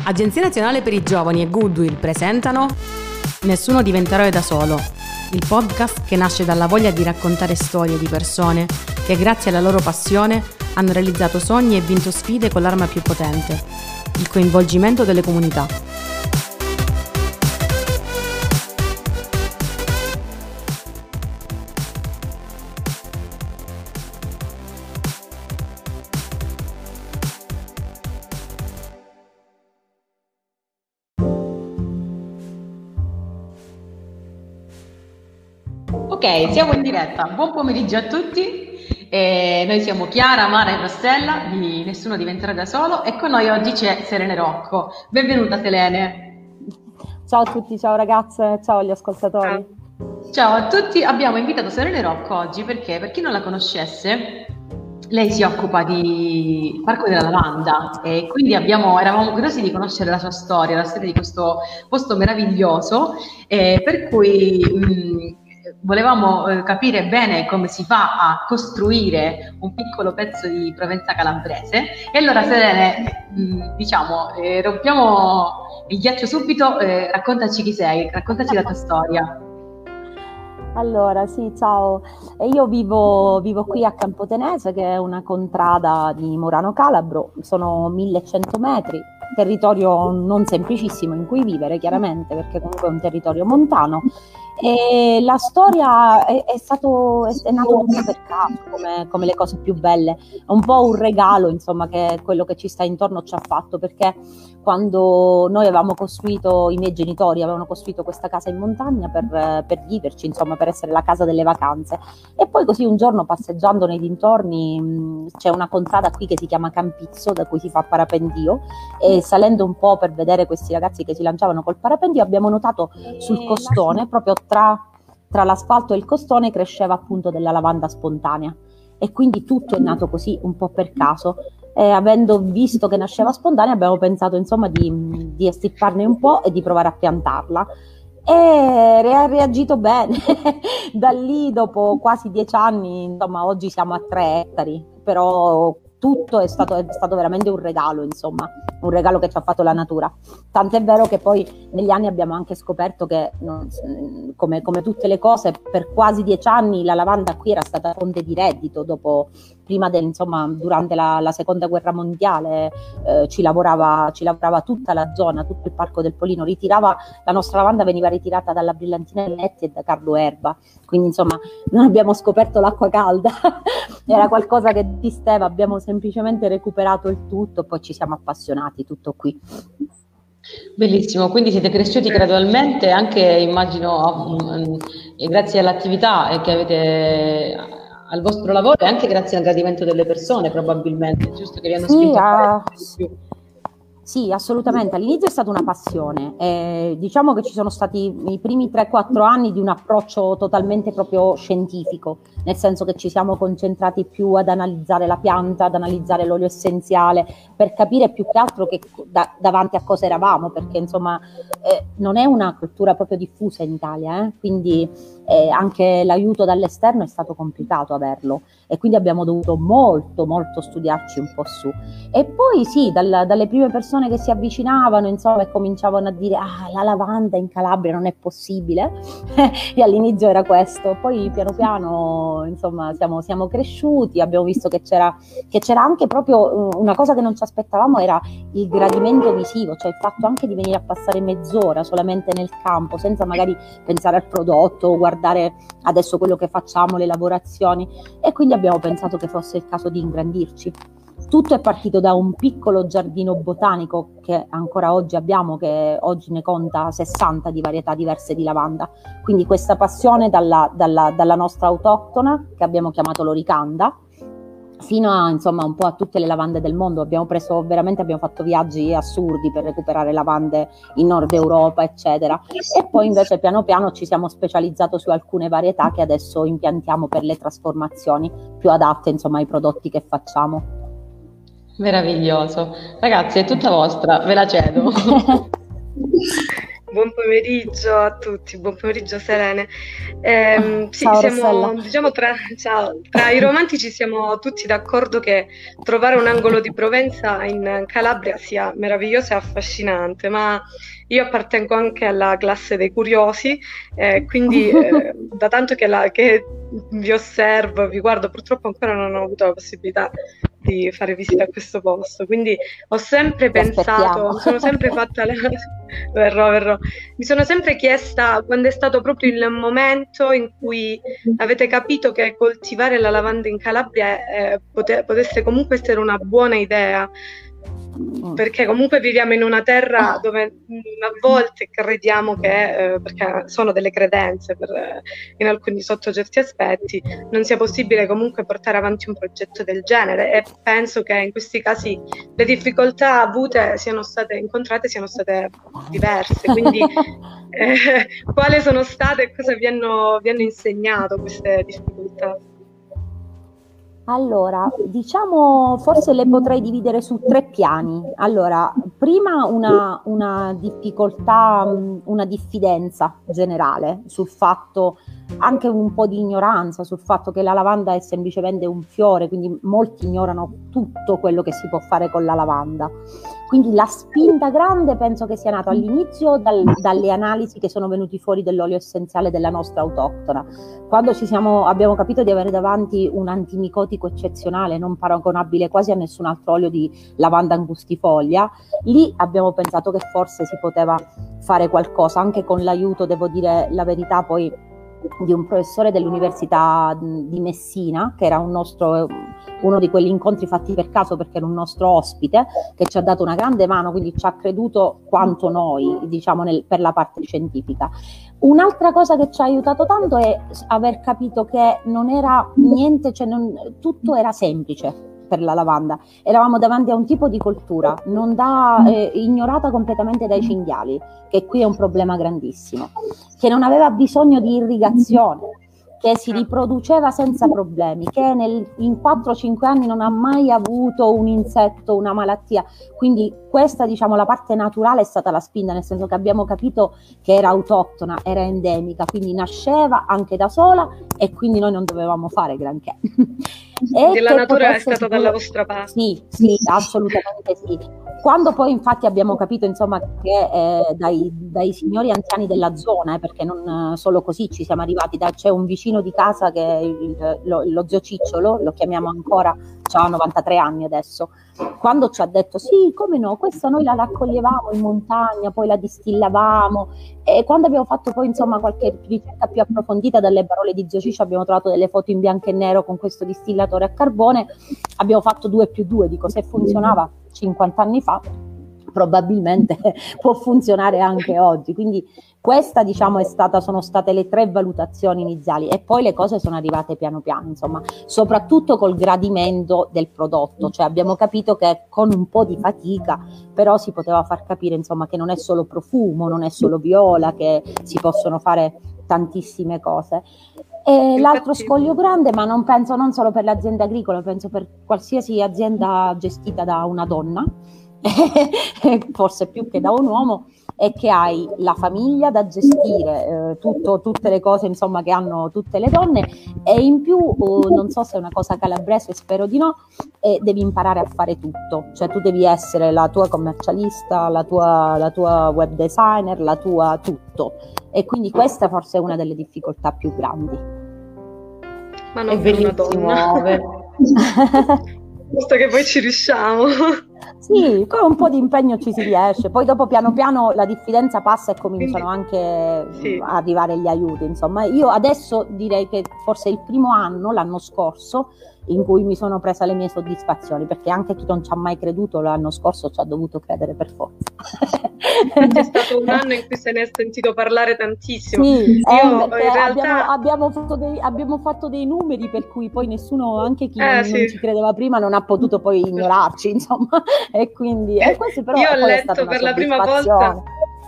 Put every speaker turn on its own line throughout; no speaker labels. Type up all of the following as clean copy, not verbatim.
Agenzia Nazionale per i Giovani e Goodwill presentano Nessuno diventa eroe da solo, il podcast che nasce dalla voglia di raccontare storie di persone che grazie alla loro passione hanno realizzato sogni e vinto sfide con l'arma più potente, il coinvolgimento delle comunità.
Ok, siamo in diretta. Buon pomeriggio a tutti. Noi siamo Chiara, Mara e Rossella di Nessuno diventerà da solo e con noi oggi c'è Selene Rocco. Benvenuta Selene.
Ciao a tutti, ciao ragazze, ciao agli ascoltatori.
Ciao a tutti, abbiamo invitato Selene Rocco oggi perché, per chi non la conoscesse, lei si occupa di Parco della Lavanda e quindi eravamo curiosi di conoscere la sua storia, la storia di questo posto meraviglioso, per cui volevamo capire bene come si fa a costruire un piccolo pezzo di Provenza calabrese. E allora Selene, rompiamo il ghiaccio subito, raccontaci chi sei, raccontaci la tua storia.
Allora, sì, ciao. Io vivo qui a Campotenese, che è una contrada di Murano Calabro, sono 1100 metri, territorio non semplicissimo in cui vivere, chiaramente, perché comunque è un territorio montano. E la storia è nata un po' per caso, come le cose più belle, è un po' un regalo, insomma, che quello che ci sta intorno ci ha fatto, perché quando noi avevamo costruito, i miei genitori avevano costruito questa casa in montagna per viverci, insomma, per essere la casa delle vacanze, e poi così un giorno passeggiando nei dintorni c'è una contrada qui che si chiama Campizzo, da cui si fa parapendio, e salendo un po' per vedere questi ragazzi che si lanciavano col parapendio abbiamo notato sul costone, proprio tra l'asfalto e il costone, cresceva appunto della lavanda spontanea, e quindi tutto è nato così un po' per caso. Avendo visto che nasceva spontanea abbiamo pensato, insomma, di estirparne un po' e di provare a piantarla, e ha reagito bene. Da lì, dopo quasi 10 anni, insomma, oggi siamo a 3 ettari, però tutto è stato veramente un regalo, insomma, un regalo che ci ha fatto la natura. Tant'è vero che poi negli anni abbiamo anche scoperto che, come tutte le cose, per quasi 10 anni la lavanda qui era stata fonte di reddito. Durante la seconda guerra mondiale ci lavorava tutta la zona, tutto il Parco del Polino. La nostra lavanda veniva ritirata dalla Brillantina Letti e da Carlo Erba, quindi insomma non abbiamo scoperto l'acqua calda. Era qualcosa che esisteva, abbiamo semplicemente recuperato il tutto, poi ci siamo appassionati, tutto qui.
Bellissimo, quindi siete cresciuti gradualmente, anche immagino grazie all'attività che avete al vostro lavoro, e anche grazie al gradimento delle persone, probabilmente, giusto, che vi hanno spinto a fare di più.
Sì, assolutamente. All'inizio è stata una passione. Diciamo che ci sono stati i primi 3-4 anni di un approccio totalmente proprio scientifico, nel senso che ci siamo concentrati più ad analizzare la pianta, ad analizzare l'olio essenziale, per capire più che altro davanti a cosa eravamo, perché insomma non è una cultura proprio diffusa in Italia, quindi anche l'aiuto dall'esterno è stato complicato averlo, e quindi abbiamo dovuto molto molto studiarci un po' su. E poi sì, dalle prime persone che si avvicinavano, insomma, e cominciavano a dire: la lavanda in Calabria non è possibile. E all'inizio era questo, poi piano piano, insomma, siamo cresciuti, abbiamo visto che c'era anche proprio una cosa che non ci aspettavamo, era il gradimento visivo, cioè il fatto anche di venire a passare mezz'ora solamente nel campo senza magari pensare al prodotto o guardare adesso quello che facciamo, le lavorazioni, e quindi abbiamo pensato che fosse il caso di ingrandirci. Tutto è partito da un piccolo giardino botanico che ancora oggi abbiamo, che oggi ne conta 60 di varietà diverse di lavanda. Quindi questa passione dalla nostra autoctona, che abbiamo chiamato l'oricanda, fino a, insomma, un po' a tutte le lavande del mondo. Abbiamo fatto viaggi assurdi per recuperare lavande in Nord Europa, eccetera. E poi invece piano piano ci siamo specializzato su alcune varietà che adesso impiantiamo per le trasformazioni più adatte, insomma, ai prodotti che facciamo.
Meraviglioso, ragazzi, è tutta vostra, ve la cedo.
buon pomeriggio a tutti, buon pomeriggio Selene. Sì,
Ciao
siamo,
Rossella.
diciamo, tra i romantici siamo tutti d'accordo che trovare un angolo di Provenza in Calabria sia meraviglioso e affascinante, ma io appartengo anche alla classe dei curiosi, quindi da tanto che vi osservo, vi guardo, purtroppo ancora non ho avuto la possibilità di fare visita a questo posto, quindi ho sempre
Ti aspettiamo.
pensato, mi sono sempre fatta verrò. Mi sono sempre chiesta quando è stato proprio il momento in cui avete capito che coltivare la lavanda in Calabria potesse comunque essere una buona idea, perché comunque viviamo in una terra dove a volte crediamo che, perché sono delle credenze in alcuni sotto certi aspetti, non sia possibile comunque portare avanti un progetto del genere, e penso che in questi casi le difficoltà incontrate siano state diverse, quindi quali sono state e cosa vi hanno insegnato queste difficoltà?
Allora, diciamo, forse le potrei dividere su 3 piani. Allora, prima una difficoltà, una diffidenza generale sul fatto, anche un po' di ignoranza sul fatto che la lavanda è semplicemente un fiore, quindi molti ignorano tutto quello che si può fare con la lavanda. Quindi la spinta grande penso che sia nata all'inizio dalle analisi che sono venuti fuori dell'olio essenziale della nostra autoctona. Quando abbiamo capito di avere davanti un antimicotico eccezionale, non paragonabile quasi a nessun altro olio di lavanda angustifoglia, lì abbiamo pensato che forse si poteva fare qualcosa, anche con l'aiuto, devo dire la verità, poi di un professore dell'Università di Messina, che era uno di quegli incontri fatti per caso perché era un nostro ospite, che ci ha dato una grande mano, quindi ci ha creduto quanto noi, diciamo, per la parte scientifica. Un'altra cosa che ci ha aiutato tanto è aver capito che non era niente, cioè tutto era semplice per la lavanda. Eravamo davanti a un tipo di coltura ignorata completamente dai cinghiali, che qui è un problema grandissimo, che non aveva bisogno di irrigazione, che si riproduceva senza problemi, che in 4-5 anni non ha mai avuto un insetto, una malattia. Quindi questa, diciamo, la parte naturale è stata la spinta, nel senso che abbiamo capito che era autoctona, era endemica, quindi nasceva anche da sola e quindi noi non dovevamo fare granché.
E la natura è stata dalla vostra parte.
Sì, assolutamente sì. Quando poi infatti abbiamo capito, insomma, che dai signori anziani della zona, perché non solo così ci siamo arrivati, c'è un vicino di casa che lo zio Cicciolo, lo chiamiamo ancora, ha 93 anni adesso, quando ci ha detto sì, come no, questa noi la raccoglievamo in montagna, poi la distillavamo, e quando abbiamo fatto poi, insomma, qualche ricerca più approfondita dalle parole di zio Ciccio, abbiamo trovato delle foto in bianco e nero con questo distillatore a carbone, abbiamo fatto 2+2, dico, se funzionava 50 anni fa probabilmente può funzionare anche oggi. Quindi questa, diciamo, sono state le 3 valutazioni iniziali, e poi le cose sono arrivate piano piano, insomma, soprattutto col gradimento del prodotto, cioè abbiamo capito che con un po' di fatica però si poteva far capire, insomma, che non è solo profumo, non è solo viola, che si possono fare tantissime cose. E l'altro scoglio grande, ma non penso non solo per le aziende agricole, penso per qualsiasi azienda gestita da una donna, forse più che da un uomo, è che hai la famiglia da gestire, tutte le cose, insomma, che hanno tutte le donne, e in più, non so se è una cosa calabrese, spero di no, devi imparare a fare tutto, cioè tu devi essere la tua commercialista, la tua web designer, la tua tutto, e quindi questa forse è una delle difficoltà più grandi.
Ma non per una donna. Visto che poi ci riusciamo.
Sì, con un po' di impegno ci si riesce, poi dopo piano piano la diffidenza passa e cominciano anche a arrivare gli aiuti, insomma. Io adesso direi che forse il primo anno, l'anno scorso, in cui mi sono presa le mie soddisfazioni, perché anche chi non ci ha mai creduto l'anno scorso ci ha dovuto credere per forza.
È stato un anno in cui se ne è sentito parlare tantissimo.
Sì,
io in realtà
abbiamo fatto dei numeri per cui poi nessuno, anche chi non ci credeva prima, non ha potuto poi ignorarci, insomma, e quindi questo però
io ho
letto
per la prima volta.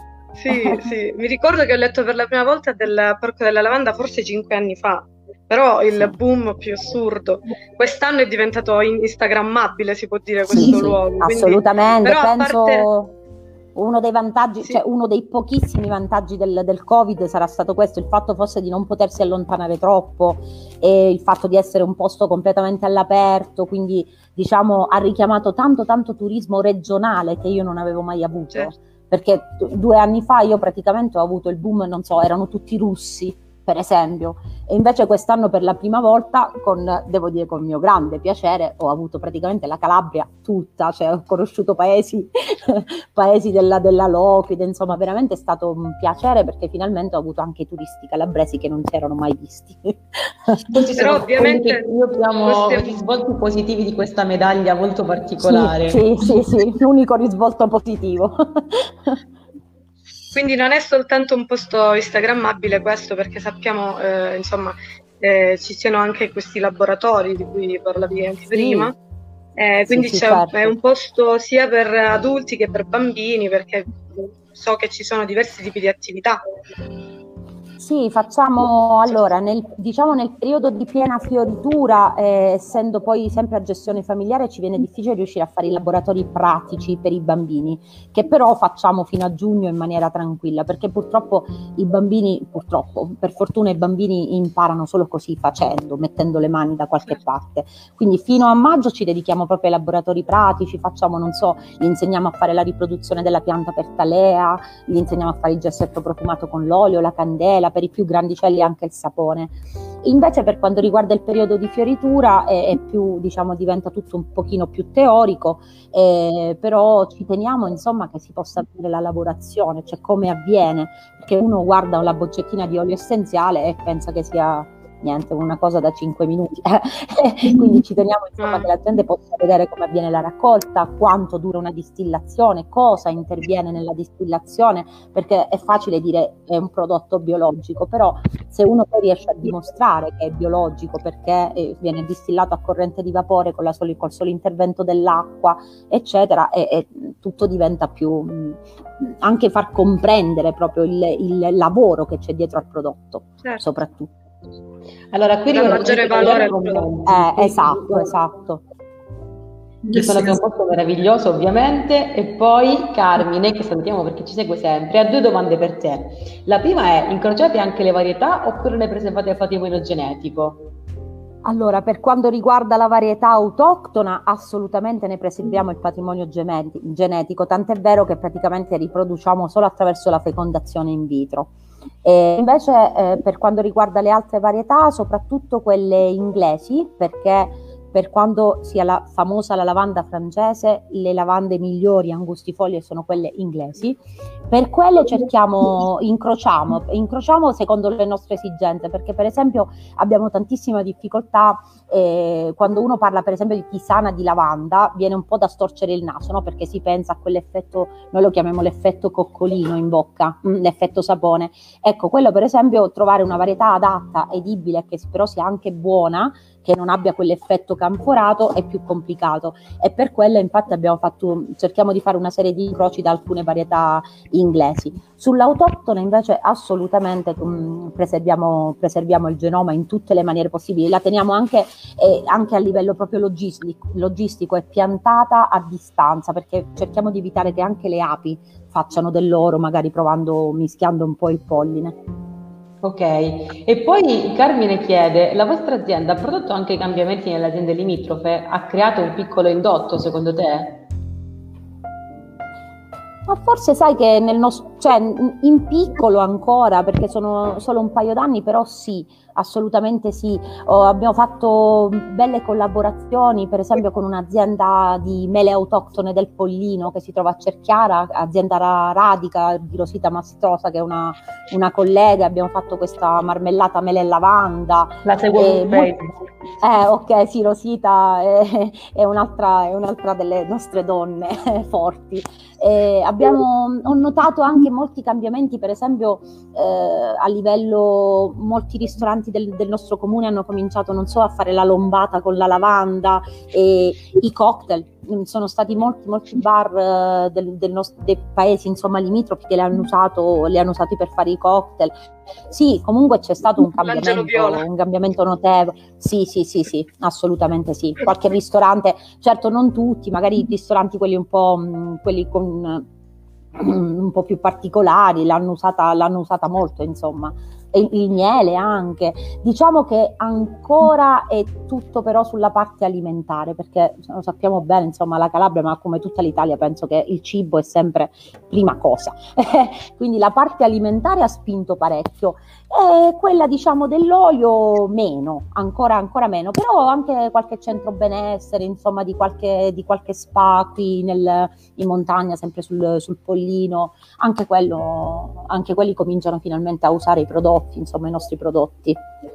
Sì, mi ricordo che ho letto per la prima volta del Parco della Lavanda forse 5 anni fa. Però il boom più assurdo quest'anno è diventato instagrammabile, si può dire, questo luogo.
Assolutamente,
però
penso Uno dei vantaggi,
Sì.
cioè uno dei pochissimi vantaggi del Covid sarà stato questo, il fatto forse di non potersi allontanare troppo e il fatto di essere un posto completamente all'aperto, quindi diciamo ha richiamato tanto turismo regionale che io non avevo mai avuto,
Certo.
perché 2 anni fa io praticamente ho avuto il boom, non so, erano tutti russi per esempio, e invece quest'anno per la prima volta, devo dire con mio grande piacere, ho avuto praticamente la Calabria tutta, cioè ho conosciuto paesi della Locride, insomma veramente è stato un piacere perché finalmente ho avuto anche i turisti calabresi che non si erano mai visti.
Questi
Però
sono quelli che
ovviamente
io chiamo
possiamo-
risvolti positivi di questa medaglia molto particolare.
Sì, l'unico risvolto positivo.
Quindi non è soltanto un posto instagrammabile questo, perché sappiamo, insomma, ci siano anche questi laboratori di cui parlavi anche prima. Quindi
sì,
è
certo.
un posto sia per adulti che per bambini, perché so che ci sono diversi tipi di attività.
Sì, facciamo allora diciamo nel periodo di piena fioritura, essendo poi sempre a gestione familiare, ci viene difficile riuscire a fare i laboratori pratici per i bambini, che però facciamo fino a giugno in maniera tranquilla, perché purtroppo per fortuna i bambini imparano solo così facendo, mettendo le mani da qualche parte. Quindi fino a maggio ci dedichiamo proprio ai laboratori pratici, facciamo, non so, gli insegniamo a fare la riproduzione della pianta per talea, gli insegniamo a fare il gessetto profumato con l'olio, la candela, per i più grandicelli anche il sapone. Invece per quanto riguarda il periodo di fioritura è più, diciamo, diventa tutto un pochino più teorico, però ci teniamo insomma che si possa vedere la lavorazione, cioè come avviene, perché uno guarda la boccettina di olio essenziale e pensa che sia niente, una cosa da 5 minuti. Quindi ci teniamo insomma che la gente possa vedere come avviene la raccolta, quanto dura una distillazione, cosa interviene nella distillazione, perché è facile dire è un prodotto biologico, però se uno poi riesce a dimostrare che è biologico perché viene distillato a corrente di vapore col solo intervento dell'acqua, eccetera, e tutto diventa più anche far comprendere proprio il lavoro che c'è dietro al prodotto,
Certo.
soprattutto.
Allora, qui
Dà
arrivano
maggiore
questi
valore al
commenti.
Esatto.
Dicono che è un posto meraviglioso, ovviamente. E poi Carmine, che salutiamo perché ci segue sempre, ha 2 domande per te. La prima è: incrociate anche le varietà oppure le preservate a patrimonio genetico?
Allora, per quanto riguarda la varietà autoctona, assolutamente ne preserviamo il patrimonio genetico, tant'è vero che praticamente riproduciamo solo attraverso la fecondazione in vitro. Invece per quanto riguarda le altre varietà, soprattutto quelle inglesi, perché per quanto sia la famosa la lavanda francese, le lavande migliori angustifoglie sono quelle inglesi. Per quelle incrociamo secondo le nostre esigenze, perché per esempio abbiamo tantissima difficoltà quando uno parla per esempio di tisana di lavanda, viene un po' da storcere il naso, no? Perché si pensa a quell'effetto, noi lo chiamiamo l'effetto coccolino in bocca, l'effetto sapone. Ecco, quello per esempio, trovare una varietà adatta, edibile, che però sia anche buona, che non abbia quell'effetto canforato, è più complicato, e per quello infatti cerchiamo di fare una serie di incroci da alcune varietà inglesi. Sull'autoctona invece assolutamente preserviamo il genoma in tutte le maniere possibili, la teniamo anche a livello proprio logistico, è piantata a distanza, perché cerchiamo di evitare che anche le api facciano del loro, magari mischiando un po' il polline.
Ok, e poi Carmine chiede: la vostra azienda ha prodotto anche cambiamenti nelle aziende limitrofe? Ha creato un piccolo indotto secondo te?
Ma forse sai che in piccolo ancora, perché sono solo un paio d'anni, però sì, assolutamente sì. Abbiamo fatto belle collaborazioni, per esempio con un'azienda di mele autoctone del Pollino che si trova a Cerchiara, azienda radica di Rosita Mastrosa, che è una collega. Abbiamo fatto questa marmellata mele e lavanda.
La seguo su Facebook.
Ok, sì, Rosita è un'altra delle nostre donne forti. Ho notato anche molti cambiamenti, per esempio a livello, molti ristoranti del nostro comune hanno cominciato, non so, a fare la lombata con la lavanda e i cocktail. Sono stati molti bar dei paesi insomma limitrofi che le hanno usati per fare i cocktail. Sì, comunque c'è stato un cambiamento notevole. Sì, assolutamente sì. Qualche ristorante, certo non tutti, magari i ristoranti quelli un po' quelli con un po' più particolari, l'hanno usata molto, insomma. E il miele anche. Diciamo che ancora è tutto però sulla parte alimentare, perché lo sappiamo bene, insomma, la Calabria, ma come tutta l'Italia, penso che il cibo è sempre prima cosa. Quindi la parte alimentare ha spinto parecchio, e quella, diciamo, dell'olio meno, ancora meno, però anche qualche centro benessere, insomma, di qualche spa qui in montagna, sempre sul Pollino, anche quelli cominciano finalmente a usare i prodotti, insomma, i nostri prodotti.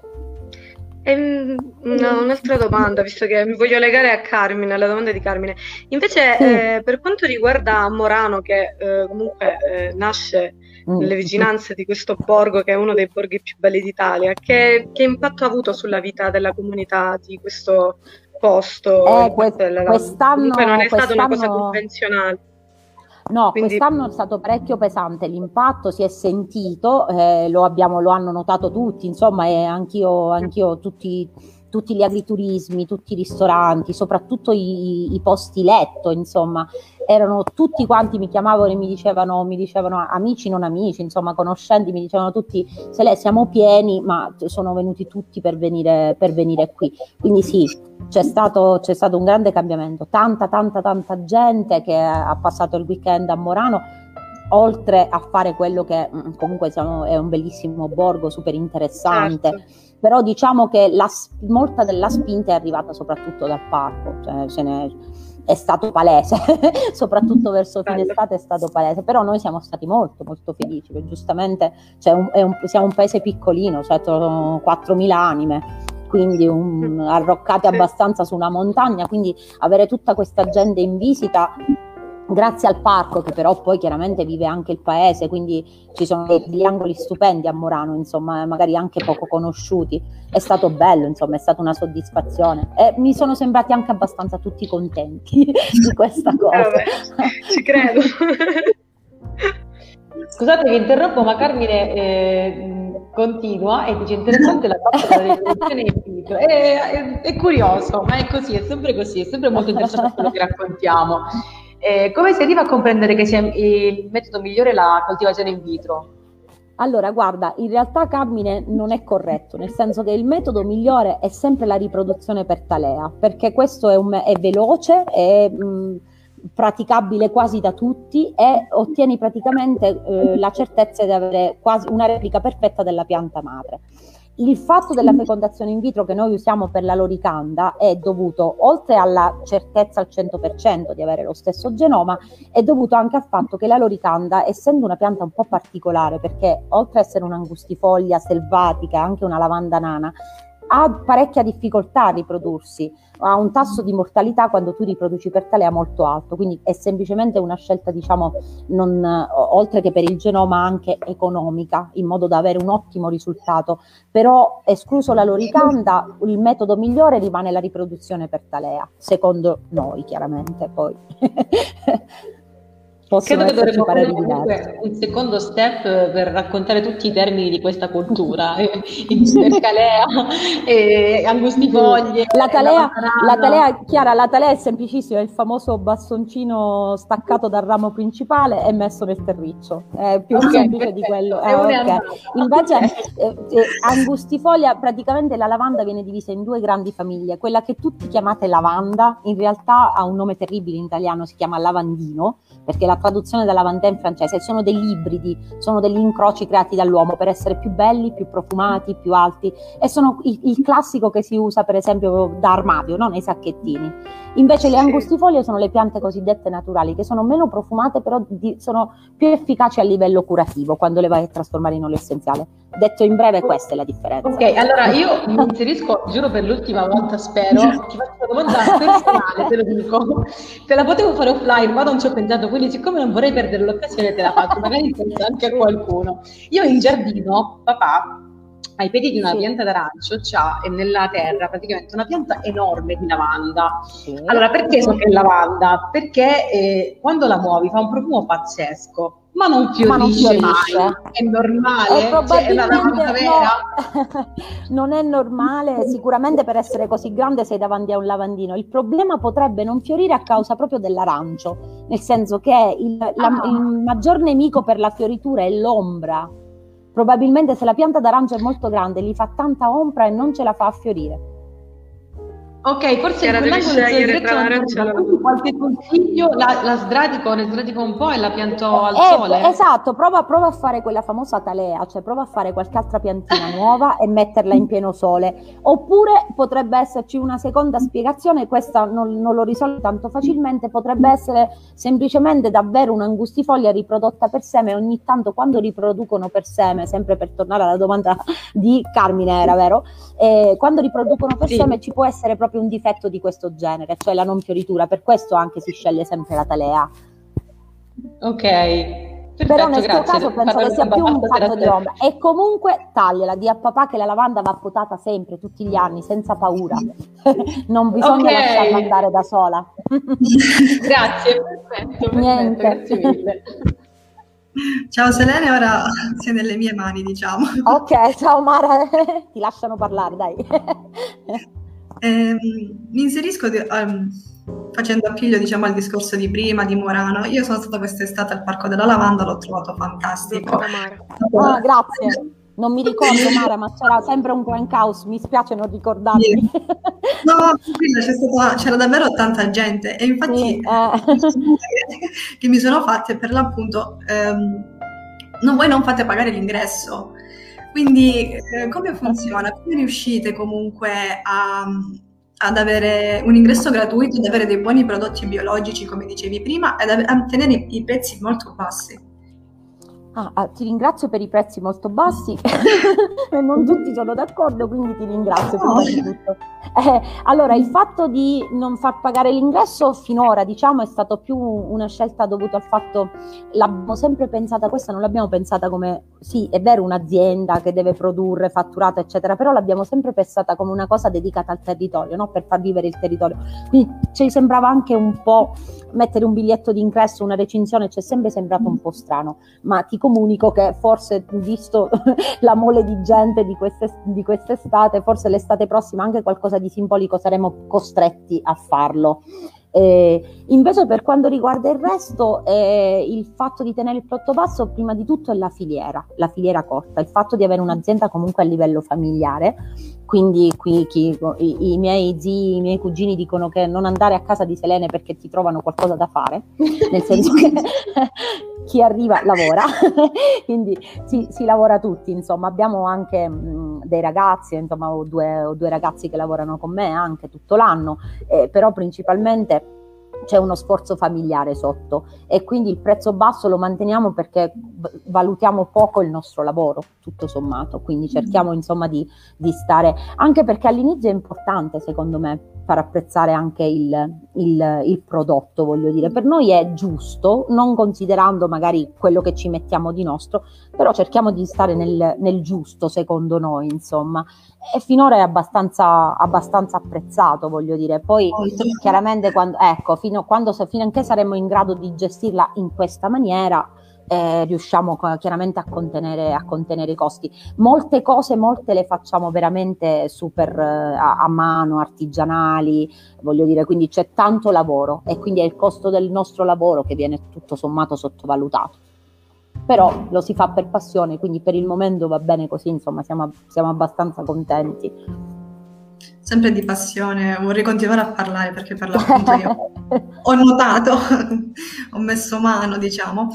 Un'altra domanda, visto che mi voglio legare a Carmine, alla domanda di Carmine. Invece,
Sì.
per quanto riguarda Morano, che comunque nasce nelle vicinanze di questo borgo, che è uno dei borghi più belli d'Italia, che impatto ha avuto sulla vita della comunità di questo posto? Comunque non è stata una cosa convenzionale.
No, quest'anno è stato parecchio pesante l'impatto, si è sentito, lo hanno notato tutti, insomma, e anch'io tutti gli agriturismi, tutti i ristoranti, soprattutto i posti letto, insomma, erano tutti quanti, mi chiamavano e mi dicevano amici, non amici, insomma, conoscenti, mi dicevano tutti, siamo pieni, ma sono venuti tutti per venire qui. Quindi sì, c'è stato un grande cambiamento, tanta gente che ha passato il weekend a Morano, oltre a fare quello che comunque è un bellissimo borgo, super interessante. Certo. Però diciamo che molta della spinta è arrivata soprattutto dal parco, cioè è stato palese, soprattutto verso fine estate è stato palese, però noi siamo stati molto molto felici, perché giustamente siamo un paese piccolino, cioè 4.000 anime, quindi arroccate abbastanza su una montagna, quindi avere tutta questa gente in visita, grazie al parco, che però poi chiaramente vive anche il paese, quindi ci sono degli angoli stupendi a Morano, insomma, magari anche poco conosciuti, è stato bello, insomma, è stata una soddisfazione e mi sono sembrati anche abbastanza tutti contenti di questa cosa.
Vabbè, ci credo.
Scusate che interrompo, ma Carmine continua e dice interessante la parte della riproduzione in vitro. È curioso, ma è così, è sempre molto interessante quello che raccontiamo. Come si arriva a comprendere che sia il metodo migliore la coltivazione in vitro?
Allora, guarda, in realtà, Carmine, non è corretto, nel senso che il metodo migliore è sempre la riproduzione per talea, perché questo è veloce, è praticabile quasi da tutti e ottieni praticamente la certezza di avere quasi una replica perfetta della pianta madre. Il fatto della fecondazione in vitro che noi usiamo per la loricanda è dovuto, oltre alla certezza al 100% di avere lo stesso genoma, è dovuto anche al fatto che la loricanda, essendo una pianta un po' particolare, perché oltre ad essere un'angustifoglia selvatica, anche una lavanda nana, ha parecchia difficoltà a riprodursi, ha un tasso di mortalità quando tu riproduci per talea molto alto, quindi è semplicemente una scelta, diciamo, oltre che per il genoma anche economica, in modo da avere un ottimo risultato. Però, escluso la loricanda, il metodo migliore rimane la riproduzione per talea, secondo noi chiaramente poi.
Credo che dovremmo fare comunque un secondo step per raccontare tutti i termini di questa cultura, per talea, angustifoglie.
La talea, Chiara, la talea è semplicissima, è il famoso bastoncino staccato dal ramo principale e messo nel terriccio, è più semplice di quello. Invece angustifoglia, praticamente la lavanda viene divisa in due grandi famiglie, quella che tutti chiamate lavanda, in realtà ha un nome terribile in italiano, si chiama lavandino, perché la traduzione da lavandin in francese, sono degli ibridi, sono degli incroci creati dall'uomo per essere più belli, più profumati, più alti, e sono il classico che si usa per esempio da armadio, no? Nei sacchettini. Invece le angustifoglie sono le piante cosiddette naturali, che sono meno profumate, però sono più efficaci a livello curativo quando le vai a trasformare in olio essenziale. Detto in breve, questa è la differenza.
Ok, allora io mi inserisco, giuro per l'ultima volta, spero, ti faccio una domanda personale, te lo dico. Te la potevo fare offline, ma non ci ho pensato, quindi siccome non vorrei perdere l'occasione te la faccio, magari pensa anche a qualcuno. Io in giardino, papà, ai piedi di una
Sì.
pianta d'arancio c'ha nella terra praticamente una pianta enorme di lavanda.
Sì.
Allora, perché so che è lavanda? Perché quando la muovi fa un profumo pazzesco, ma non fiorisce mai. È normale? Cioè, è una lavanda vera?
No, non è normale, sicuramente per essere così grande sei davanti a un lavandino. Il problema potrebbe non fiorire a causa proprio dell'arancio, nel senso che il maggior nemico per la fioritura è l'ombra. Probabilmente se la pianta d'arancio è molto grande, gli fa tanta ombra e non ce la fa a fiorire.
Ok, forse
Chiara,
in
devi
quell'angolo
scegliere tra l'arancia e la lavanda.
qualche consiglio, la sbradico, ne sbradico un po' e la pianto al sole?
Esatto, prova a fare quella famosa talea, cioè prova a fare qualche altra piantina nuova e metterla in pieno sole. Oppure potrebbe esserci una seconda spiegazione, questa non lo risolve tanto facilmente, potrebbe essere semplicemente davvero un'angustifoglia riprodotta per seme. Ogni tanto quando riproducono per seme, sempre per tornare alla domanda di Carmine, era vero? Quando riproducono per seme ci può essere proprio un difetto di questo genere, cioè la non fioritura, per questo anche si sceglie sempre la talea.
Ok, perfetto,
però nel tuo
grazie.
caso penso che sia più un fatto di ombra, e comunque tagliela, di a papà che la lavanda va potata sempre, tutti gli anni, senza paura. Non bisogna lasciarla andare da sola.
Grazie, perfetto,
Niente.
grazie mille.
Ciao Selene, ora sei nelle mie mani, diciamo.
Ok, ciao Mara, ti lasciano parlare, dai.
Mi inserisco facendo appiglio, diciamo, al discorso di prima di Murano. Io sono stata quest'estate al Parco della Lavanda, l'ho trovato fantastico.
Ah, grazie. Non mi ricordo Mara, ma c'era sempre un gran caos, mi spiace non ricordarmi.
No, c'era davvero tanta gente e infatti che mi sono fatte per l'appunto, voi non fate pagare l'ingresso. Quindi come funziona? Come riuscite comunque ad avere un ingresso gratuito, ad avere dei buoni prodotti biologici, come dicevi prima, e a tenere i prezzi molto bassi?
Ti ringrazio per i prezzi molto bassi, non tutti sono d'accordo, quindi ti ringrazio prima di tutto. Allora, il fatto di non far pagare l'ingresso finora, diciamo, è stato più una scelta dovuta al fatto, l'abbiamo sempre pensata, questa non l'abbiamo pensata come, sì, è vero, un'azienda che deve produrre, fatturato, eccetera, però l'abbiamo sempre pensata come una cosa dedicata al territorio, no? Per far vivere il territorio. Quindi ci sembrava anche un po' mettere un biglietto d'ingresso, una recinzione, ci è sempre sembrato un po' strano, ma ti comunico che forse, visto la mole di gente di quest'estate, forse l'estate prossima anche qualcosa di simbolico saremo costretti a farlo. Invece per quanto riguarda il resto, il fatto di tenere il prodotto basso prima di tutto è la filiera corta, il fatto di avere un'azienda comunque a livello familiare. Quindi qui i miei zii, i miei cugini dicono che non andare a casa di Selene perché ti trovano qualcosa da fare, nel senso che chi arriva lavora, quindi si lavora tutti, insomma. Abbiamo anche dei ragazzi, insomma, ho due ragazzi che lavorano con me anche tutto l'anno, però principalmente c'è uno sforzo familiare sotto, e quindi il prezzo basso lo manteniamo perché valutiamo poco il nostro lavoro, tutto sommato, quindi cerchiamo insomma di stare, anche perché all'inizio è importante secondo me far apprezzare anche il prodotto, voglio dire, per noi è giusto, non considerando magari quello che ci mettiamo di nostro, però cerchiamo di stare nel giusto secondo noi, insomma, e finora è abbastanza apprezzato, voglio dire. Poi chiaramente finché saremo in grado di gestirla in questa maniera, riusciamo chiaramente a contenere i costi. Molte le facciamo veramente super a mano, artigianali, voglio dire, quindi c'è tanto lavoro e quindi è il costo del nostro lavoro che viene tutto sommato sottovalutato. Però lo si fa per passione, quindi per il momento va bene così, insomma, siamo abbastanza contenti.
Sempre di passione, vorrei continuare a parlare perché per l'appunto io ho notato, ho messo mano, diciamo,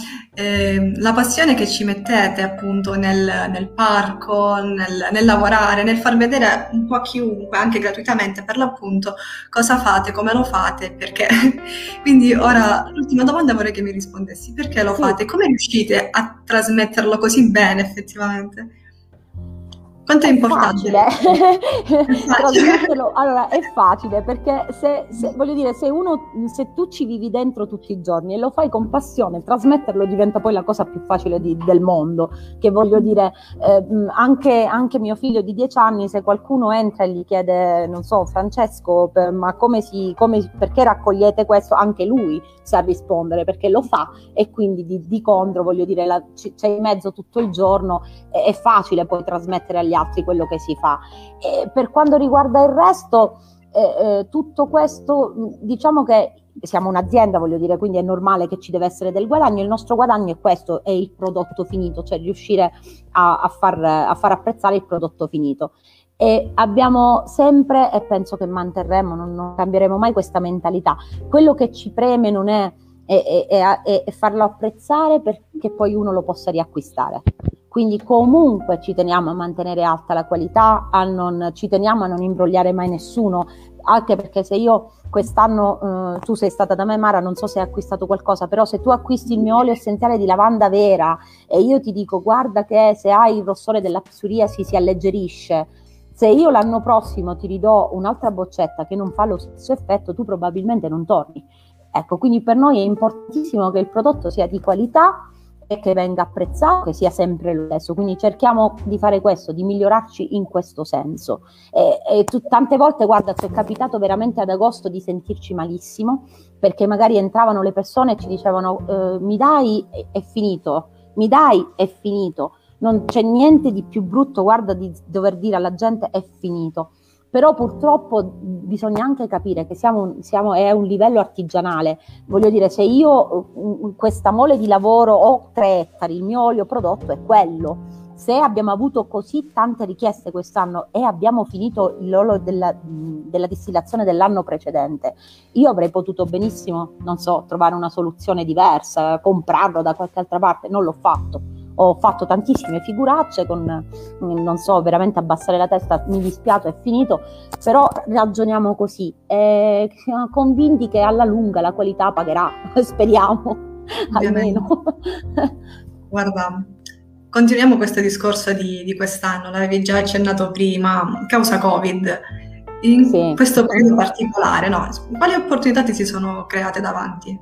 la passione che ci mettete appunto nel parco, nel lavorare, nel far vedere un po' a chiunque, anche gratuitamente per l'appunto, cosa fate, come lo fate, perché. Quindi ora l'ultima domanda vorrei che mi rispondessi: perché lo fate? Come riuscite a trasmetterlo così bene effettivamente? Quanto è
È
importante?
facile.
È facile.
Trasmetterlo, allora è facile perché voglio dire, se tu ci vivi dentro tutti i giorni e lo fai con passione, trasmetterlo diventa poi la cosa più facile del mondo. Che voglio dire, anche mio figlio di 10 anni, se qualcuno entra e gli chiede, non so, Francesco, ma perché raccogliete questo? Anche lui sa rispondere perché lo fa, e quindi di contro, voglio dire, c'è in mezzo tutto il giorno, è facile poi trasmettere agli altri quello che si fa. E per quanto riguarda il resto, tutto questo, diciamo che siamo un'azienda, voglio dire, quindi è normale che ci deve essere del guadagno. Il nostro guadagno è questo, è il prodotto finito, cioè riuscire a far apprezzare il prodotto finito. E abbiamo sempre, e penso che manterremo, non cambieremo mai questa mentalità. Quello che ci preme non è farlo apprezzare perché poi uno lo possa riacquistare. Quindi comunque ci teniamo a mantenere alta la qualità, ci teniamo a non imbrogliare mai nessuno, anche perché se io quest'anno, tu sei stata da me, Mara, non so se hai acquistato qualcosa, però se tu acquisti il mio olio essenziale di lavanda vera e io ti dico guarda che se hai il rossore della psoriasi si alleggerisce, se io l'anno prossimo ti ridò un'altra boccetta che non fa lo stesso effetto, tu probabilmente non torni. Ecco, quindi per noi è importantissimo che il prodotto sia di qualità e che venga apprezzato, che sia sempre lo stesso. Quindi cerchiamo di fare questo, di migliorarci in questo senso. Tante volte, guarda, ci è capitato veramente ad agosto di sentirci malissimo, perché magari entravano le persone e ci dicevano mi dai, è finito, mi dai, è finito. Non c'è niente di più brutto, guarda, di dover dire alla gente è finito. Però purtroppo bisogna anche capire che è un livello artigianale. Voglio dire, se io questa mole di lavoro ho 3 ettari, il mio olio prodotto è quello. Se abbiamo avuto così tante richieste quest'anno e abbiamo finito l'olio della distillazione dell'anno precedente, io avrei potuto benissimo, non so, trovare una soluzione diversa, comprarlo da qualche altra parte, non l'ho fatto. Ho fatto tantissime figuracce non so, veramente abbassare la testa, mi dispiace, è finito, però ragioniamo così, siamo convinti che alla lunga la qualità pagherà, speriamo,
Ovviamente.
almeno.
Guarda, continuiamo questo discorso di quest'anno, l'avevi già accennato prima, causa Covid. In
Sì.
questo periodo particolare, no? Quali opportunità ti si sono create davanti?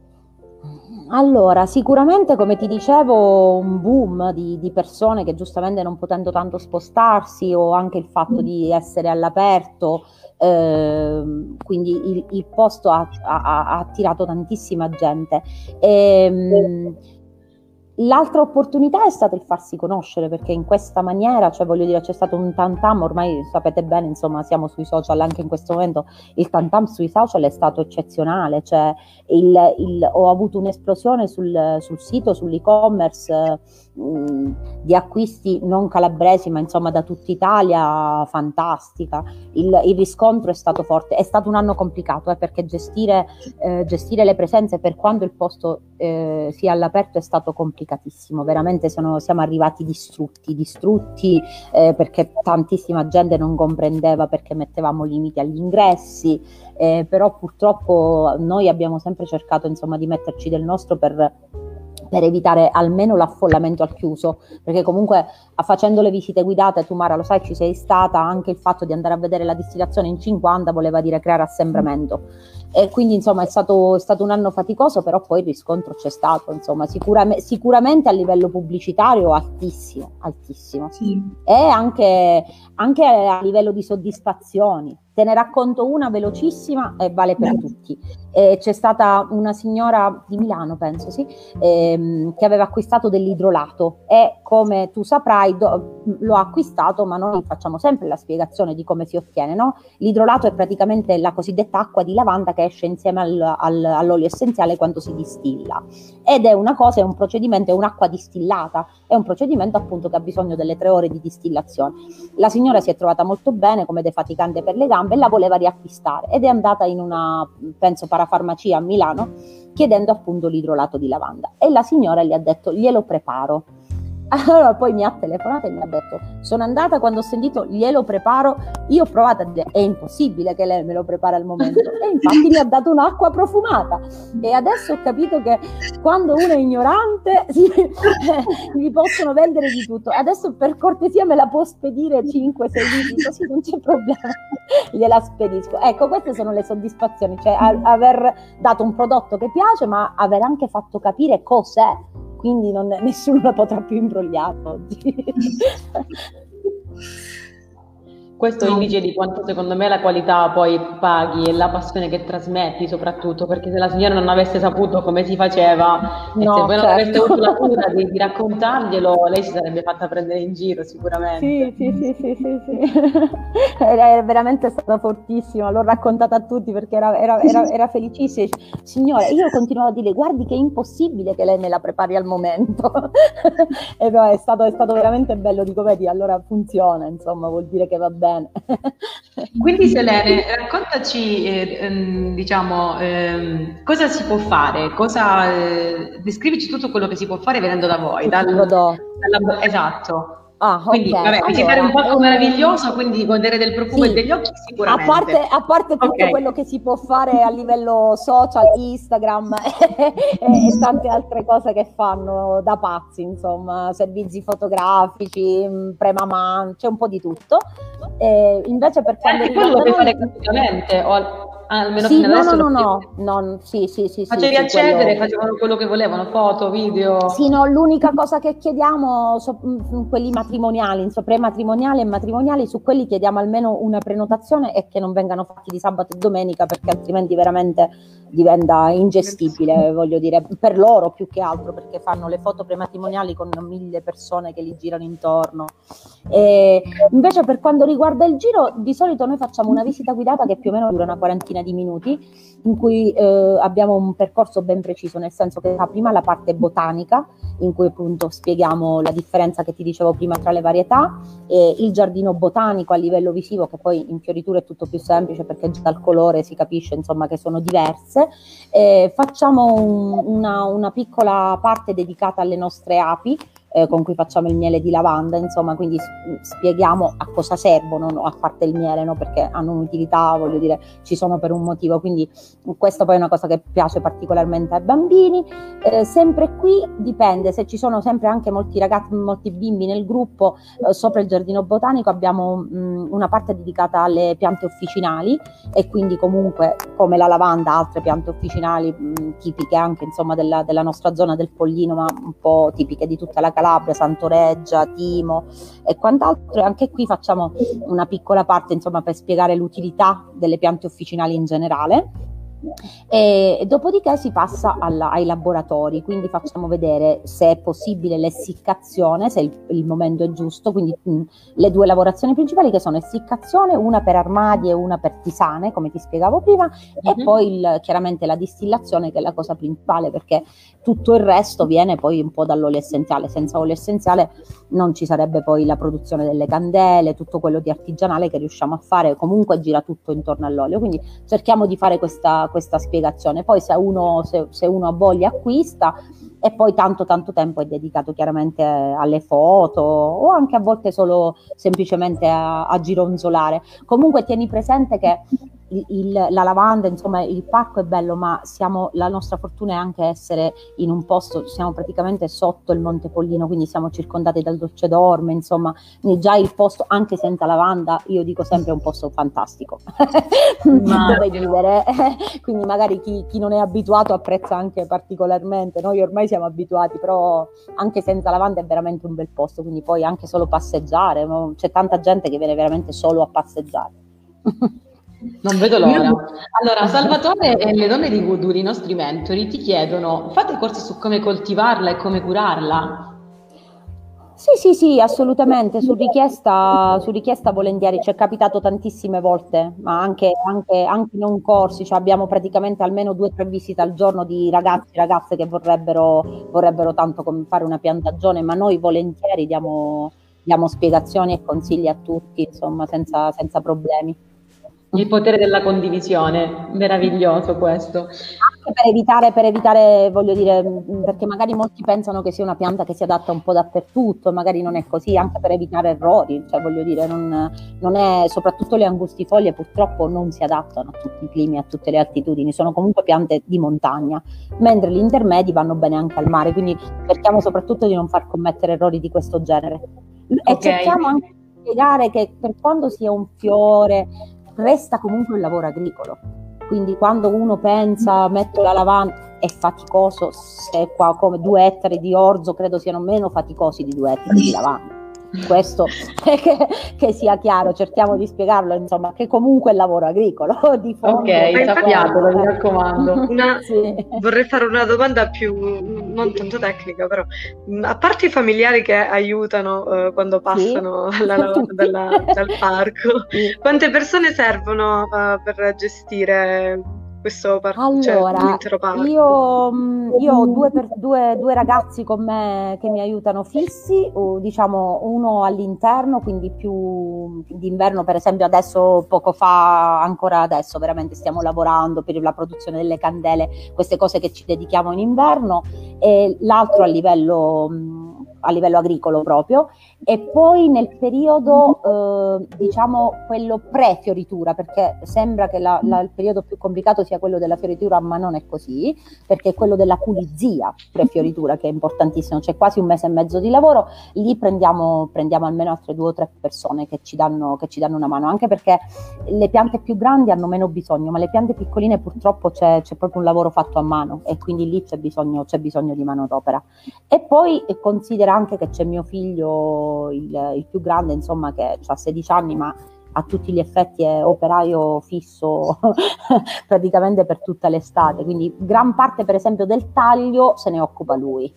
Allora, sicuramente, come ti dicevo, un boom di persone che giustamente non potendo tanto spostarsi, o anche il fatto di essere all'aperto, quindi il posto ha attirato tantissima gente. L'altra opportunità è stata il farsi conoscere, perché in questa maniera, cioè voglio dire, c'è stato un tantam, ormai sapete bene, insomma, siamo sui social anche in questo momento, il tantam sui social è stato eccezionale, cioè ho avuto un'esplosione sul sito, sull'e-commerce, di acquisti non calabresi, ma insomma da tutta Italia, fantastica. Il riscontro è stato forte, è stato un anno complicato, perché gestire le presenze per quando il posto sia all'aperto è stato complicatissimo, veramente siamo arrivati distrutti, perché tantissima gente non comprendeva perché mettevamo limiti agli ingressi, però purtroppo noi abbiamo sempre cercato, insomma, di metterci del nostro per evitare almeno l'affollamento al chiuso, perché comunque facendo le visite guidate, tu Mara lo sai, ci sei stata, anche il fatto di andare a vedere la distillazione in 50 voleva dire creare assembramento, e quindi insomma è stato un anno faticoso, però poi il riscontro c'è stato, insomma, sicuramente a livello pubblicitario altissimo,
Sì.
e anche a livello di soddisfazioni. Te ne racconto una velocissima e vale per tutti. C'è stata una signora di Milano, penso, sì, che aveva acquistato dell'idrolato, e come tu saprai l'ho acquistato, ma noi facciamo sempre la spiegazione di come si ottiene, no? L'idrolato è praticamente la cosiddetta acqua di lavanda che esce insieme all'olio essenziale quando si distilla, ed è un procedimento, è un'acqua distillata, è un procedimento appunto che ha bisogno delle 3 ore di distillazione. La signora si è trovata molto bene, come defaticante per le gambe, e la voleva riacquistare, ed è andata in una, penso, parafarmacia a Milano, chiedendo appunto l'idrolato di lavanda, e la signora gli ha detto glielo preparo. Allora poi mi ha telefonato e mi ha detto: sono andata, quando ho sentito glielo preparo, io ho provato a dire è impossibile che lei me lo prepara al momento, e infatti mi ha dato un'acqua profumata, e adesso ho capito che quando uno è ignorante gli possono vendere di tutto. Adesso per cortesia me la può spedire 5-6 litri, così non c'è problema, gliela spedisco. Ecco, queste sono le soddisfazioni, cioè aver dato un prodotto che piace, ma aver anche fatto capire cos'è, quindi nessuno la potrà più imbrogliare oggi.
Questo indice di quanto secondo me la qualità poi paghi e la passione che trasmetti soprattutto, perché se la signora non avesse saputo come si faceva e se voi non aveste avuto la cura di raccontarglielo, lei si sarebbe fatta prendere in giro sicuramente.
Sì. Era veramente stata fortissima, l'ho raccontata a tutti perché era felicissima. Signora, io continuavo a dire: guardi che è impossibile che lei me la prepari al momento. E poi è stato veramente bello, dico, vedi, allora funziona, insomma, vuol dire che va bene.
Quindi Selene, raccontaci cosa si può fare, descrivici tutto quello che si può fare venendo da voi. Esatto. Quindi vabbè, mi sembra un po' meraviglioso, quindi godere del profumo e degli occhi sicuramente.
A parte tutto quello che si può fare a livello social, Instagram e tante altre cose che fanno da pazzi, insomma, servizi fotografici, premamà, c'è un po' di tutto. Invece per quanto riguarda
quello che fare gratuitamente o almeno
sì,
fino adesso
sì,
facevi accedere, facevano quello che volevano, foto, video.
Sì, no, l'unica cosa che chiediamo quelli matrimoniali, insomma, prematrimoniali e matrimoniali, su quelli chiediamo almeno una prenotazione e che non vengano fatti di sabato e domenica, perché altrimenti veramente diventa ingestibile, voglio dire, per loro più che altro, perché fanno le foto prematrimoniali con 1000 persone che li girano intorno. E invece per quanto riguarda il giro, di solito noi facciamo una visita guidata che più o meno dura una quarantina di minuti, in cui abbiamo un percorso ben preciso, nel senso che fa prima la parte botanica, in cui appunto spieghiamo la differenza che ti dicevo prima tra le varietà, e il giardino botanico a livello visivo, che poi in fioritura è tutto più semplice perché già dal colore si capisce, insomma, che sono diverse. Facciamo una piccola parte dedicata alle nostre api, con cui facciamo il miele di lavanda, insomma, quindi spieghiamo a cosa servono, no? A parte il miele, no? Perché hanno un'utilità, voglio dire, ci sono per un motivo, quindi questa poi è una cosa che piace particolarmente ai bambini. Sempre qui dipende, se ci sono sempre anche molti ragazzi, molti bimbi nel gruppo, sopra il giardino botanico abbiamo una parte dedicata alle piante officinali, e quindi comunque come la lavanda, altre piante officinali tipiche anche, insomma, della nostra zona del Pollino, ma un po' tipiche di tutta la Calabria, Santoreggia, Timo e quant'altro. E anche qui facciamo una piccola parte, insomma, per spiegare l'utilità delle piante officinali in generale. E dopodiché si passa ai laboratori, quindi facciamo vedere se è possibile l'essiccazione, se il momento è giusto, quindi le due lavorazioni principali, che sono essiccazione, una per armadi e una per tisane, come ti spiegavo prima, e poi chiaramente la distillazione, che è la cosa principale, perché tutto il resto viene poi un po' dall'olio essenziale. Senza olio essenziale non ci sarebbe poi la produzione delle candele, tutto quello di artigianale che riusciamo a fare, comunque gira tutto intorno all'olio, quindi cerchiamo di fare questa spiegazione. Poi se uno ha voglia acquista, e poi tanto tempo è dedicato chiaramente alle foto, o anche a volte solo semplicemente a gironzolare. Comunque tieni presente che la lavanda, insomma, il parco è bello, ma la nostra fortuna è anche essere in un posto, siamo praticamente sotto il Monte Pollino, quindi siamo circondati dal Dolce d'Orme, insomma, quindi già il posto, anche senza lavanda, io dico sempre, è un posto fantastico dove vivere. Quindi magari chi non è abituato apprezza anche particolarmente. Noi ormai siamo abituati, però anche senza lavanda è veramente un bel posto, quindi poi anche solo passeggiare, no? C'è tanta gente che viene veramente solo a passeggiare.
Non vedo l'ora. Allora, Salvatore e le donne di Guduli, i nostri mentori, ti chiedono: fate corsi su come coltivarla e come curarla?
Sì, assolutamente, su richiesta volentieri. Ci è capitato tantissime volte, ma anche non corsi, cioè abbiamo praticamente almeno 2 o 3 visite al giorno di ragazzi e ragazze che vorrebbero tanto fare una piantagione, ma noi volentieri diamo spiegazioni e consigli a tutti, insomma, senza problemi.
Il potere della condivisione, meraviglioso questo.
Anche per evitare, voglio dire, perché magari molti pensano che sia una pianta che si adatta un po' dappertutto, magari non è così, anche per evitare errori, cioè voglio dire, non è, soprattutto le angustifoglie purtroppo non si adattano a tutti i climi, a tutte le altitudini, sono comunque piante di montagna, mentre gli intermedi vanno bene anche al mare, quindi cerchiamo soprattutto di non far commettere errori di questo genere. E cerchiamo anche di spiegare che per quando sia un fiore resta comunque un lavoro agricolo, quindi quando uno pensa metto la lavanda è faticoso, se qua come 2 ettari di orzo credo siano meno faticosi di 2 ettari di lavanda, questo che sia chiaro, cerchiamo di spiegarlo, insomma, che comunque è lavoro agricolo di fondo.
Ok, sappiatelo, mi raccomando.
Sì. Vorrei fare una domanda più non tanto tecnica, però a parte i familiari che aiutano quando passano dal parco, quante persone servono per gestire questo parco?
Allora,
cioè, l'intero parco?
io ho due ragazzi con me che mi aiutano fissi, diciamo uno all'interno, quindi più d'inverno, per esempio adesso, poco fa, ancora adesso veramente stiamo lavorando per la produzione delle candele, queste cose che ci dedichiamo in inverno, e l'altro a livello agricolo proprio, e poi nel periodo diciamo quello pre-fioritura, perché sembra che il periodo più complicato sia quello della fioritura, ma non è così, perché è quello della pulizia pre-fioritura che è importantissimo, c'è quasi 1 mese e mezzo di lavoro, lì prendiamo almeno altre 2 o 3 persone che ci danno una mano, anche perché le piante più grandi hanno meno bisogno, ma le piante piccoline purtroppo c'è proprio un lavoro fatto a mano, e quindi lì c'è bisogno di manodopera. E poi considera anche che c'è mio figlio, il più grande, insomma, che ha 16 anni, ma a tutti gli effetti è operaio fisso praticamente per tutta l'estate, quindi gran parte per esempio del taglio se ne occupa lui.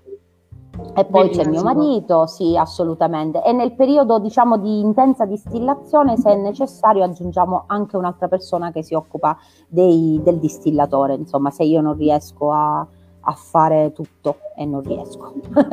E poi c'è mio marito, sì, assolutamente, e nel periodo diciamo di intensa distillazione, se è necessario, aggiungiamo anche un'altra persona che si occupa del distillatore, insomma, se io non riesco a fare tutto, e non riesco.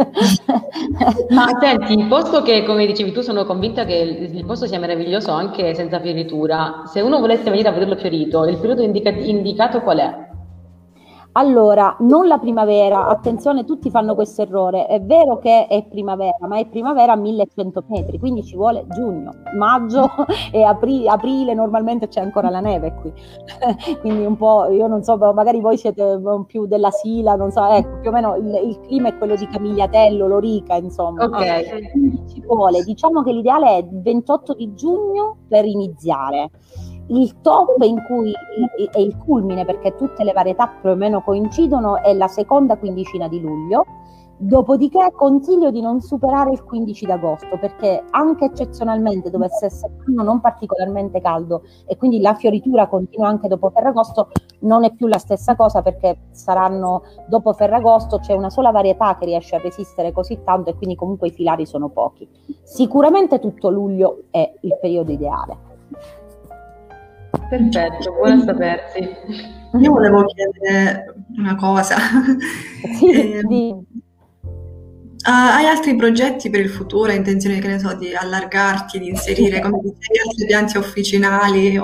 Ma senti, posto che, come dicevi tu, sono convinta che il posto sia meraviglioso anche senza fioritura, se uno volesse venire a vederlo fiorito, il periodo indicato qual è?
Allora, non la primavera, attenzione, tutti fanno questo errore, è vero che è primavera, ma è primavera a 1100 metri, quindi ci vuole giugno, maggio e aprile, normalmente c'è ancora la neve qui, quindi un po', io non so, magari voi siete più della Sila, non so, ecco, più o meno il clima è quello di Camigliatello, Lorica, insomma.
Ok.
Quindi ci vuole, diciamo che l'ideale è il 28 di giugno per iniziare. Il top in cui è il culmine, perché tutte le varietà più o meno coincidono, è la seconda quindicina di luglio, dopodiché consiglio di non superare il 15 d'agosto, perché anche eccezionalmente dovesse essere un anno non particolarmente caldo e quindi la fioritura continua anche dopo Ferragosto, non è più la stessa cosa, perché saranno dopo Ferragosto c'è una sola varietà che riesce a resistere così tanto, e quindi comunque i filari sono pochi. Sicuramente tutto luglio è il periodo ideale.
Perfetto, buono a sapersi.
Io volevo chiedere una cosa.
Sì.
Hai altri progetti per il futuro? Hai intenzione, che ne so, di allargarti, di inserire, come dicevi, altri pianti officinali?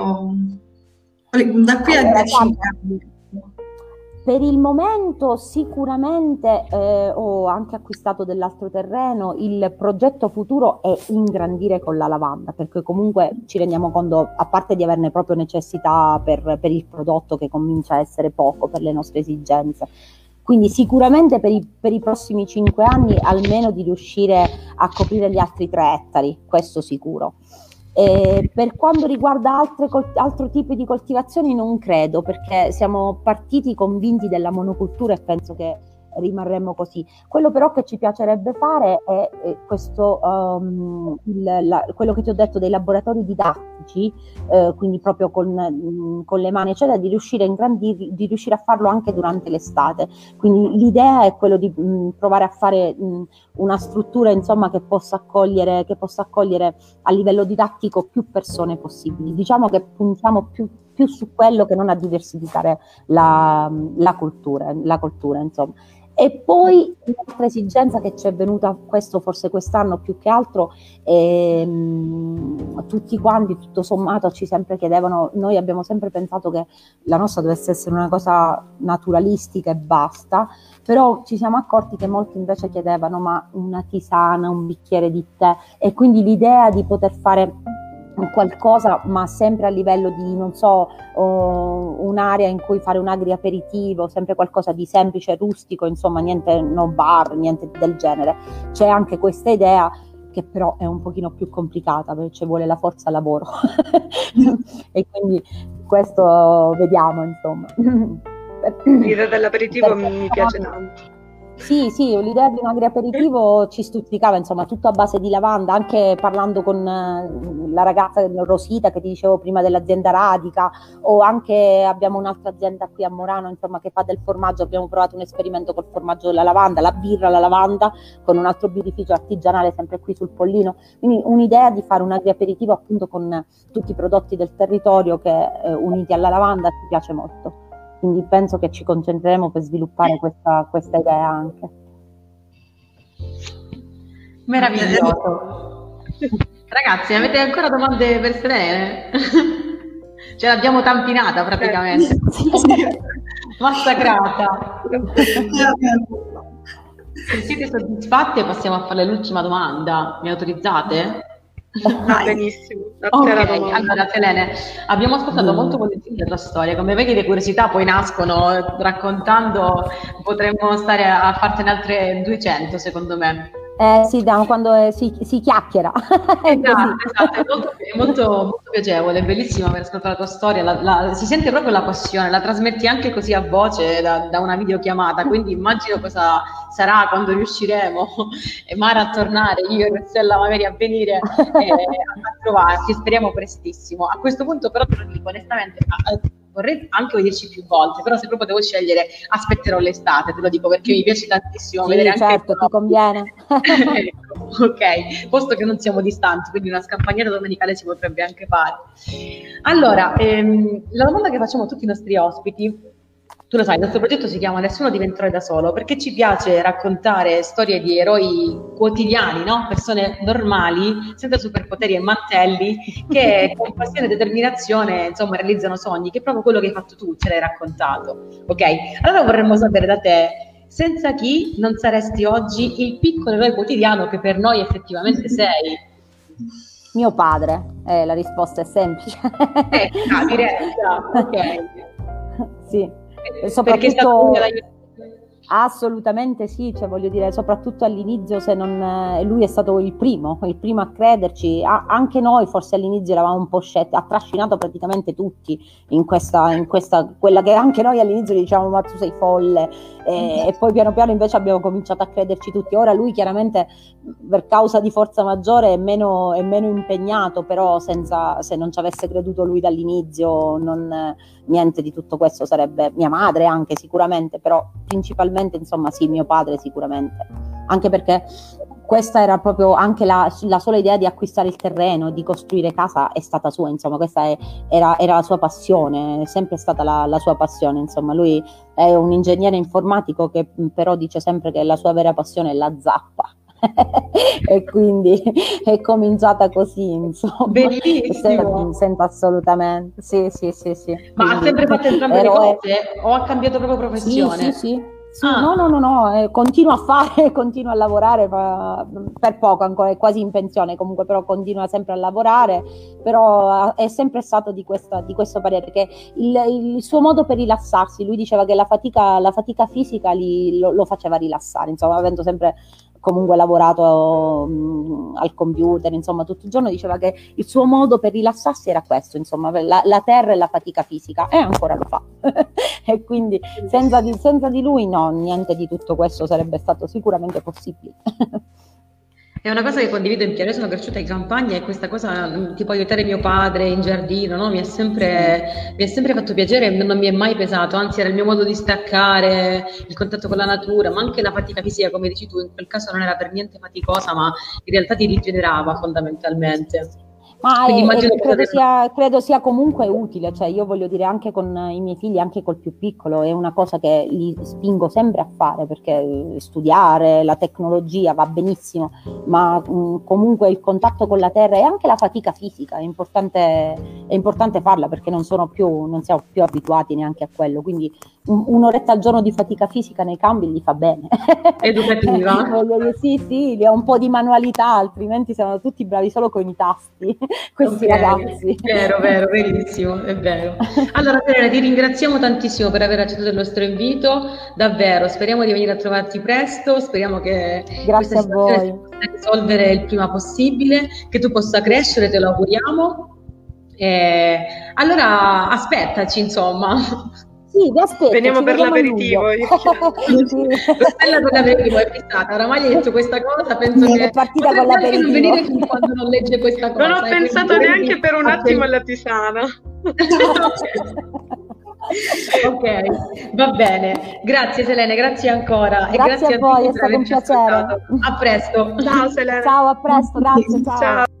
Da qui a 10 anni?
Per il momento sicuramente ho anche acquistato dell'altro terreno. Il progetto futuro è ingrandire con la lavanda, perché comunque ci rendiamo conto, a parte di averne proprio necessità per il prodotto, che comincia a essere poco per le nostre esigenze, quindi sicuramente per i prossimi 5 anni almeno di riuscire a coprire gli altri 3 ettari, questo sicuro. Per quanto riguarda altri tipi di coltivazioni non credo, perché siamo partiti convinti della monocultura e penso che rimarremmo così. Quello però che ci piacerebbe fare è questo, quello che ti ho detto dei laboratori didattici, quindi proprio con le mani, eccetera, di riuscire a farlo anche durante l'estate. Quindi l'idea è quello di provare a fare una struttura, insomma, che possa accogliere a livello didattico più persone possibili. Diciamo che puntiamo più su quello che non a diversificare la cultura, insomma. E poi un'altra esigenza che ci è venuta, questo forse quest'anno più che altro, tutti quanti tutto sommato ci sempre chiedevano, noi abbiamo sempre pensato che la nostra dovesse essere una cosa naturalistica e basta, però ci siamo accorti che molti invece chiedevano ma una tisana, un bicchiere di tè, e quindi l'idea di poter fare qualcosa ma sempre a livello di, non so, un'area in cui fare un agriaperitivo, sempre qualcosa di semplice, rustico, insomma niente, no bar, niente del genere. C'è anche questa idea che però è un pochino più complicata perché ci vuole la forza lavoro e quindi questo vediamo, insomma.
L'idea dell'aperitivo mi piace tanto.
Sì, l'idea di un agriaperitivo ci stuzzicava, insomma, tutto a base di lavanda, anche parlando con la ragazza Rosita che ti dicevo prima dell'azienda Radica, o anche abbiamo un'altra azienda qui a Morano, insomma, che fa del formaggio, abbiamo provato un esperimento col formaggio della lavanda, la birra alla lavanda, con un altro birrificio artigianale sempre qui sul Pollino, quindi un'idea di fare un agriaperitivo appunto con tutti i prodotti del territorio che uniti alla lavanda ci piace molto. Quindi penso che ci concentreremo per sviluppare questa idea anche.
Meraviglioso. Ragazzi, avete ancora domande per Selene? Ce l'abbiamo tampinata praticamente. Massacrata. Se siete soddisfatti passiamo a fare l'ultima domanda. Mi autorizzate?
Benissimo.
Ok, allora Selene, abbiamo ascoltato molto volentieri la tua storia, come vedi le curiosità poi nascono, raccontando potremmo stare a fartene altre 200 secondo me.
Sì, quando si chiacchiera.
Esatto, è molto piacevole, è bellissimo aver ascoltato la tua storia, si sente proprio la passione, la trasmetti anche così a voce da una videochiamata, quindi immagino cosa sarà quando riusciremo, Mara a tornare, io e Rossella magari a venire a trovarci, speriamo prestissimo. A questo punto però te lo dico onestamente, vorrei anche vederci più volte, però se proprio devo scegliere aspetterò l'estate, te lo dico perché mi piace tantissimo vedere anche
certo, ti conviene.
Ok, posto che non siamo distanti, quindi una scampagnata domenicale si potrebbe anche fare. Allora, la domanda che facciamo a tutti i nostri ospiti, tu lo sai, il nostro progetto si chiama Nessuno diventerà da solo, perché ci piace raccontare storie di eroi quotidiani, no? Persone normali, senza superpoteri e mantelli, che con passione e determinazione, insomma, realizzano sogni, che è proprio quello che hai fatto tu, ce l'hai raccontato, ok? Allora vorremmo sapere da te, senza chi non saresti oggi il piccolo eroe quotidiano che per noi effettivamente sei?
Mio padre, la risposta è semplice.
Diretta, ok.
Sì.
Perché è stato
assolutamente sì, cioè voglio dire, soprattutto all'inizio, se non lui è stato il primo a crederci, anche noi forse all'inizio eravamo un po' scettici, ha trascinato praticamente tutti in questa quella che anche noi all'inizio diciamo ma tu sei folle, e poi piano piano invece abbiamo cominciato a crederci tutti. Ora lui chiaramente per causa di forza maggiore è meno impegnato, però se non ci avesse creduto lui dall'inizio niente di tutto questo sarebbe, mia madre anche sicuramente, però principalmente insomma sì, mio padre sicuramente, anche perché questa era proprio anche la sola idea di acquistare il terreno, di costruire casa è stata sua, insomma questa era la sua passione, è sempre stata la sua passione, insomma lui è un ingegnere informatico che però dice sempre che la sua vera passione è la zappa. E quindi è cominciata così, insomma.
Bellissimo.
Sento assolutamente sì.
Ma ha sempre fatto entrambe le cose o ha cambiato proprio professione?
Sì. No, continua a lavorare per poco ancora, è quasi in pensione comunque, però continua sempre a lavorare, però è sempre stato di questo parere, che il suo modo per rilassarsi, lui diceva che la fatica fisica lo faceva rilassare, insomma, avendo sempre comunque lavorato al computer, insomma tutto il giorno, diceva che il suo modo per rilassarsi era questo, insomma la terra e la fatica fisica, e ancora lo fa. E quindi senza di lui no, niente di tutto questo sarebbe stato sicuramente possibile.
È una cosa che condivido in pieno, sono cresciuta in campagna e questa cosa, tipo aiutare mio padre in giardino, no? Mi è sempre fatto piacere e non mi è mai pesato, anzi era il mio modo di staccare, il contatto con la natura, ma anche la fatica fisica, come dici tu, in quel caso non era per niente faticosa, ma in realtà ti rigenerava fondamentalmente.
Ma
Quindi immagino
credo sia comunque utile, cioè io voglio dire anche con i miei figli, anche col più piccolo, è una cosa che li spingo sempre a fare, perché studiare, la tecnologia va benissimo, ma comunque il contatto con la terra e anche la fatica fisica è importante farla, perché non siamo più abituati neanche a quello, quindi un'oretta al giorno di fatica fisica nei campi gli fa bene.
educativa.
Voglio dire, sì, è un po' di manualità, altrimenti siamo tutti bravi solo con i tasti, questi ragazzi.
Vero, verissimo, è vero. Allora, Serena, ti ringraziamo tantissimo per aver accettato il nostro invito, davvero, speriamo di venire a trovarti presto, speriamo che
Grazie a voi.
Si possa risolvere il prima possibile, che tu possa crescere, te lo auguriamo. Allora, aspettaci, insomma.
Sì, vi aspetto.
Veniamo per l'aperitivo.
Stella per l'aperitivo è fissata. Oramai hai detto questa cosa, penso che
è partita con
potrebbe anche non
l'aperitivo.
venire fin quando non legge questa cosa.
Non ho pensato neanche per un attimo alla tisana.
Ok, va bene. Grazie Selene, grazie ancora.
Grazie a voi,
tutti
è
per
stato un
averci
piacere.
ascoltato. A presto.
Ciao Selene.
Ciao, a presto, grazie, ciao.
Ciao.